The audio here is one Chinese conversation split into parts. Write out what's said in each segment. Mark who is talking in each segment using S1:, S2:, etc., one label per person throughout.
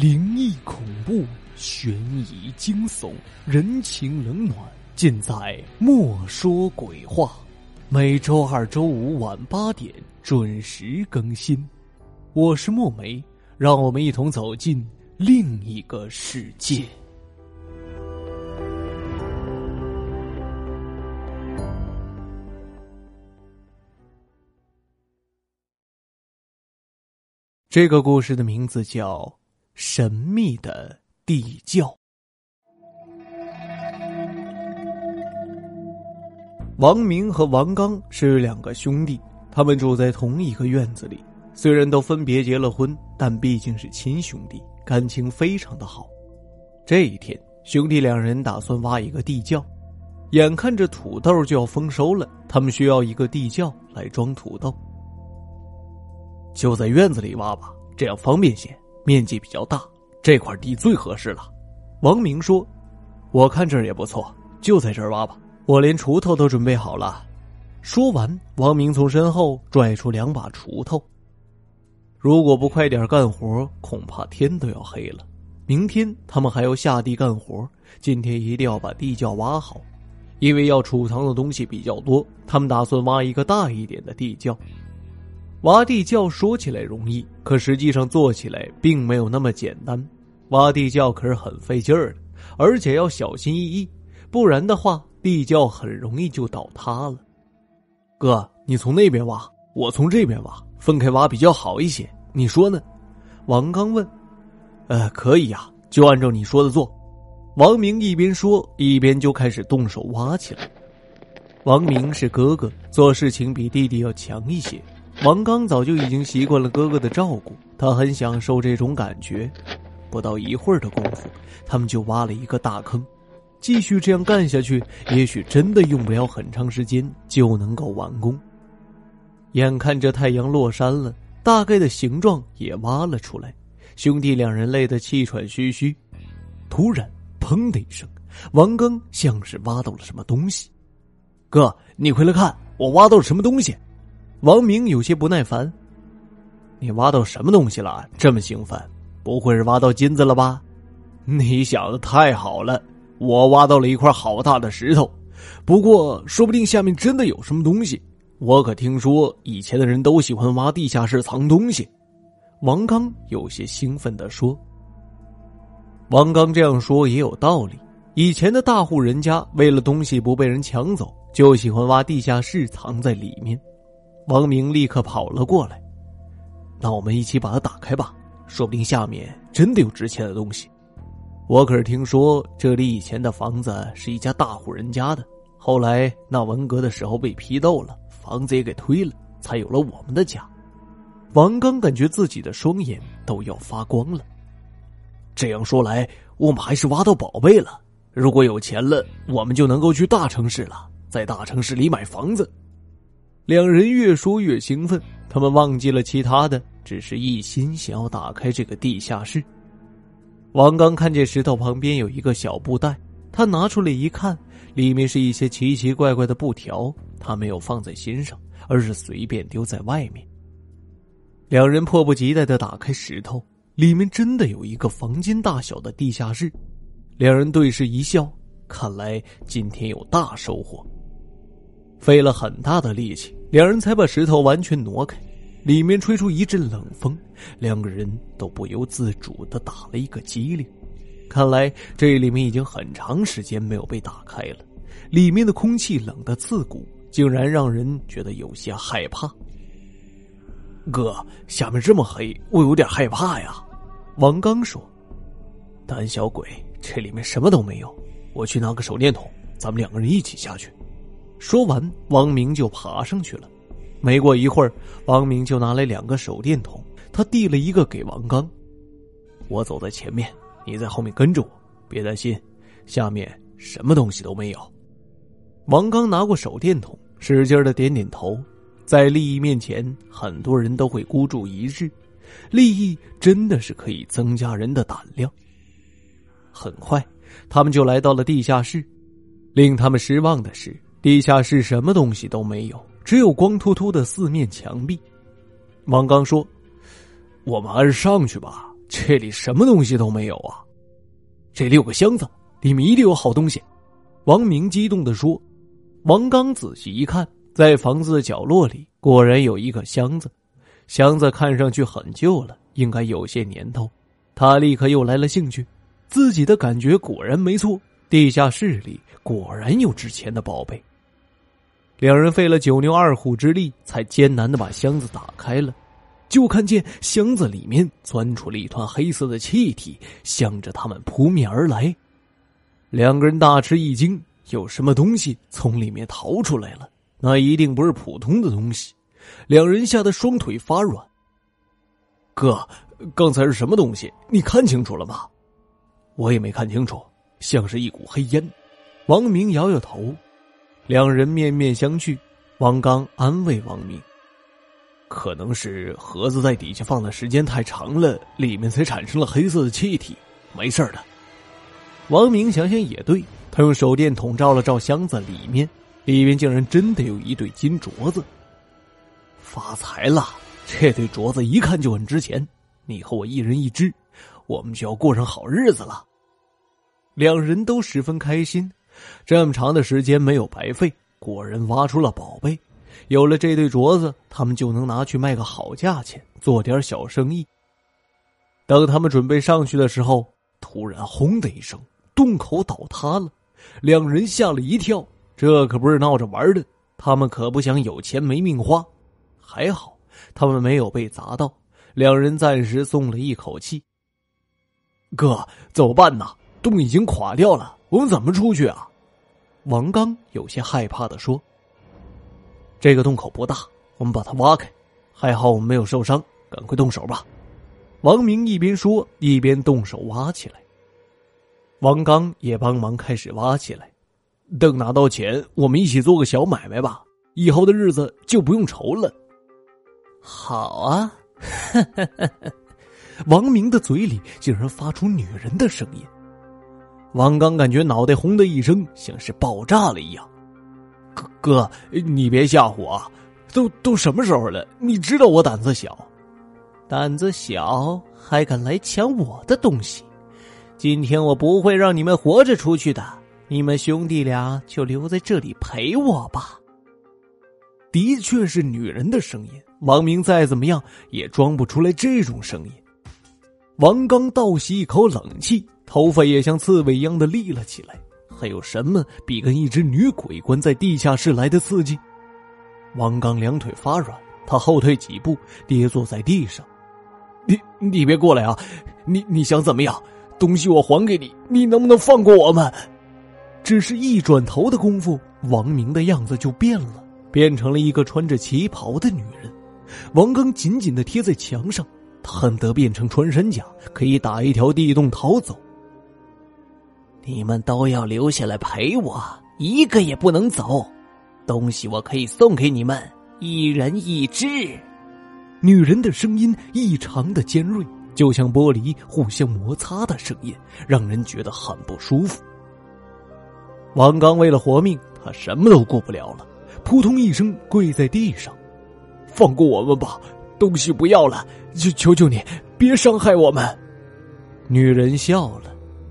S1: 灵异恐怖、悬疑惊悚、人情冷暖，尽在莫说鬼话。每周二、周五晚8点准时更新。我是墨梅，让我们一同走进另一个世界。这个故事的名字叫《神秘的地窖》。王明和王刚是两个兄弟，他们住在同一个院子里，虽然都分别结了婚，但毕竟是亲兄弟，感情非常的好。这一天，兄弟两人打算挖一个地窖，眼看着土豆就要丰收了，他们需要一个地窖来装土豆。就在院子里挖吧，这样方便些，面积比较大，这块地最合适了。王明说，我看这儿也不错，就在这儿挖吧，我连锄头都准备好了。说完，王明从身后拽出2把锄头。如果不快点干活，恐怕天都要黑了。明天他们还要下地干活，今天一定要把地窖挖好。因为要储藏的东西比较多，他们打算挖一个大一点的地窖。挖地窖说起来容易，可实际上做起来并没有那么简单。挖地窖可是很费劲儿的，而且要小心翼翼，不然的话地窖很容易就倒塌了。哥，你从那边挖，我从这边挖，分开挖比较好一些，你说呢？王刚问。可以呀，就按照你说的做。王明一边说一边就开始动手挖起来。王明是哥哥，做事情比弟弟要强一些。王刚早就已经习惯了哥哥的照顾，他很享受这种感觉。不到一会儿的功夫，他们就挖了一个大坑。继续这样干下去，也许真的用不了很长时间就能够完工。眼看着太阳落山了，大概的形状也挖了出来，兄弟两人累得气喘吁吁。突然砰的一声，王刚像是挖到了什么东西。哥，你快来看，我挖到了什么东西。王明有些不耐烦。你挖到什么东西了？这么兴奋，不会是挖到金子了吧？你想的太好了，我挖到了一块好大的石头，不过说不定下面真的有什么东西。我可听说以前的人都喜欢挖地下室藏东西。王刚有些兴奋地说。王刚这样说也有道理，以前的大户人家为了东西不被人抢走，就喜欢挖地下室藏在里面。王明立刻跑了过来。那我们一起把它打开吧，说不定下面真的有值钱的东西。我可是听说这里以前的房子是一家大户人家的，后来那文革的时候被批斗了，房子也给推了，才有了我们的家。王刚感觉自己的双眼都要发光了。这样说来，我们还是挖到宝贝了。如果有钱了，我们就能够去大城市了，在大城市里买房子。两人越说越兴奋，他们忘记了其他的，只是一心想要打开这个地下室。王刚看见石头旁边有一个小布袋，他拿出来一看，里面是一些奇奇怪怪的布条，他没有放在心上，而是随便丢在外面。两人迫不及待地打开石头，里面真的有一个房间大小的地下室。两人对视一笑，看来今天有大收获。费了很大的力气，两人才把石头完全挪开，里面吹出一阵冷风，两个人都不由自主地打了一个激灵。看来这里面已经很长时间没有被打开了，里面的空气冷得刺骨，竟然让人觉得有些害怕。哥，下面这么黑，我有点害怕呀。王刚说。胆小鬼，这里面什么都没有，我去拿个手电筒，咱们两个人一起下去。说完，王明就爬上去了。没过一会儿，王明就拿来2个手电筒，他递了一个给王刚。我走在前面，你在后面跟着我，别担心，下面什么东西都没有。王刚拿过手电筒，使劲地点点头。在利益面前，很多人都会孤注一掷，利益真的是可以增加人的胆量。很快，他们就来到了地下室。令他们失望的是，地下室什么东西都没有，只有光秃秃的4面墙壁。王刚说，我们还是上去吧， 这里什么东西都没有啊！这里有个箱子，里面一定有好东西。王明激动地说。王刚仔细一看，在房子的角落里果然有一个箱子，箱子看上去很旧了，应该有些年头。他立刻又来了兴趣，自己的感觉果然没错，地下室里果然有值钱的宝贝。两人费了九牛二虎之力，才艰难地把箱子打开了。就看见箱子里面钻出了一团黑色的气体，向着他们扑面而来。两个人大吃一惊，有什么东西从里面逃出来了，那一定不是普通的东西。两人吓得双腿发软。哥，刚才是什么东西？你看清楚了吗？我也没看清楚，像是一股黑烟。王明摇摇头。两人面面相觑，王刚安慰王明，可能是盒子在底下放的时间太长了，里面才产生了黑色的气体，没事的。王明想想也对，他用手电筒照了照箱子里面竟然真的有一对金镯子。发财了，这对镯子一看就很值钱，你和我一人一只，我们就要过上好日子了。两人都十分开心，这么长的时间没有白费，果然挖出了宝贝。有了这对镯子，他们就能拿去卖个好价钱，做点小生意。等他们准备上去的时候，突然轰的一声，洞口倒塌了。两人吓了一跳，这可不是闹着玩的，他们可不想有钱没命花。还好他们没有被砸到，两人暂时松了一口气。哥，怎么办呢？洞已经垮掉了，我们怎么出去啊？王刚有些害怕地说。这个洞口不大，我们把它挖开，还好我们没有受伤，赶快动手吧。王明一边说一边动手挖起来。王刚也帮忙开始挖起来。等拿到钱，我们一起做个小买卖吧，以后的日子就不用愁了。好啊。王明的嘴里竟然发出女人的声音。王刚感觉脑袋轰的一声，像是爆炸了一样。哥，你别吓唬我啊！都什么时候了？你知道我胆子小。胆子小还敢来抢我的东西？今天我不会让你们活着出去的，你们兄弟俩就留在这里陪我吧。的确是女人的声音，王明再怎么样也装不出来这种声音。王刚倒吸一口冷气，头发也像刺猬一样的立了起来。还有什么比跟一只女鬼关在地下室来的刺激？王刚两腿发软，他后退几步，跌坐在地上。你别过来啊！你想怎么样？东西我还给你，你能不能放过我们？只是一转头的功夫，王明的样子就变了，变成了一个穿着旗袍的女人。王刚紧紧地贴在墙上，他恨得变成穿山甲，可以打一条地洞逃走。你们都要留下来陪我，一个也不能走。东西我可以送给你们，一人一只。女人的声音异常的尖锐，就像玻璃互相摩擦的声音，让人觉得很不舒服。王刚为了活命，他什么都顾不了了，扑通一声跪在地上。放过我们吧，东西不要了，求求你别伤害我们。女人笑了。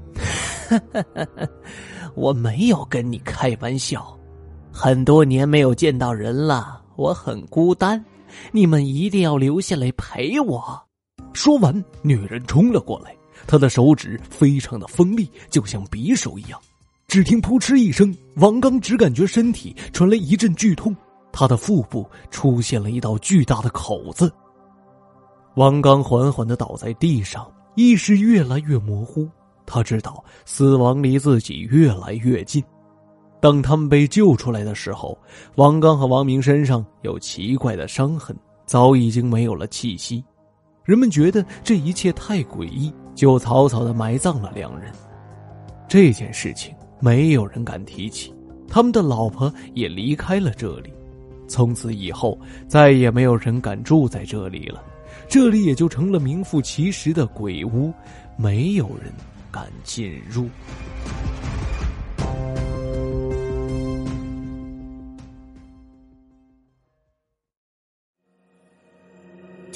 S1: 我没有跟你开玩笑，很多年没有见到人了，我很孤单，你们一定要留下来陪我。说完，女人冲了过来，她的手指非常的锋利，就像匕首一样。只听扑哧一声，王刚只感觉身体传来一阵剧痛，他的腹部出现了一道巨大的口子。王刚缓缓地倒在地上，意识越来越模糊。他知道死亡离自己越来越近。当他们被救出来的时候，王刚和王明身上有奇怪的伤痕，早已经没有了气息。人们觉得这一切太诡异，就草草地埋葬了两人。这件事情没有人敢提起，他们的老婆也离开了这里。从此以后，再也没有人敢住在这里了，这里也就成了名副其实的鬼屋，没有人敢进入。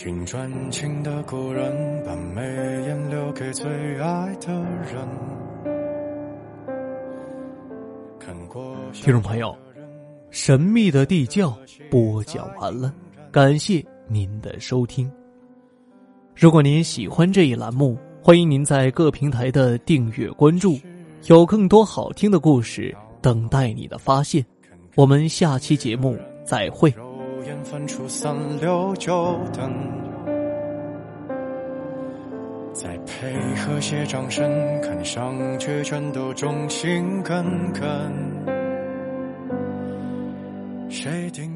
S2: 听专情的故人，把眉眼留给最爱的人。
S1: 听众朋友，神秘的地窖播讲完了，感谢您的收听。如果您喜欢这一栏目，欢迎您在各平台的订阅关注，有更多好听的故事等待你的发现。我们下期节目再会。
S2: 肉眼翻出三六九等，再配合些掌声，看上去全都忠心耿耿。谁定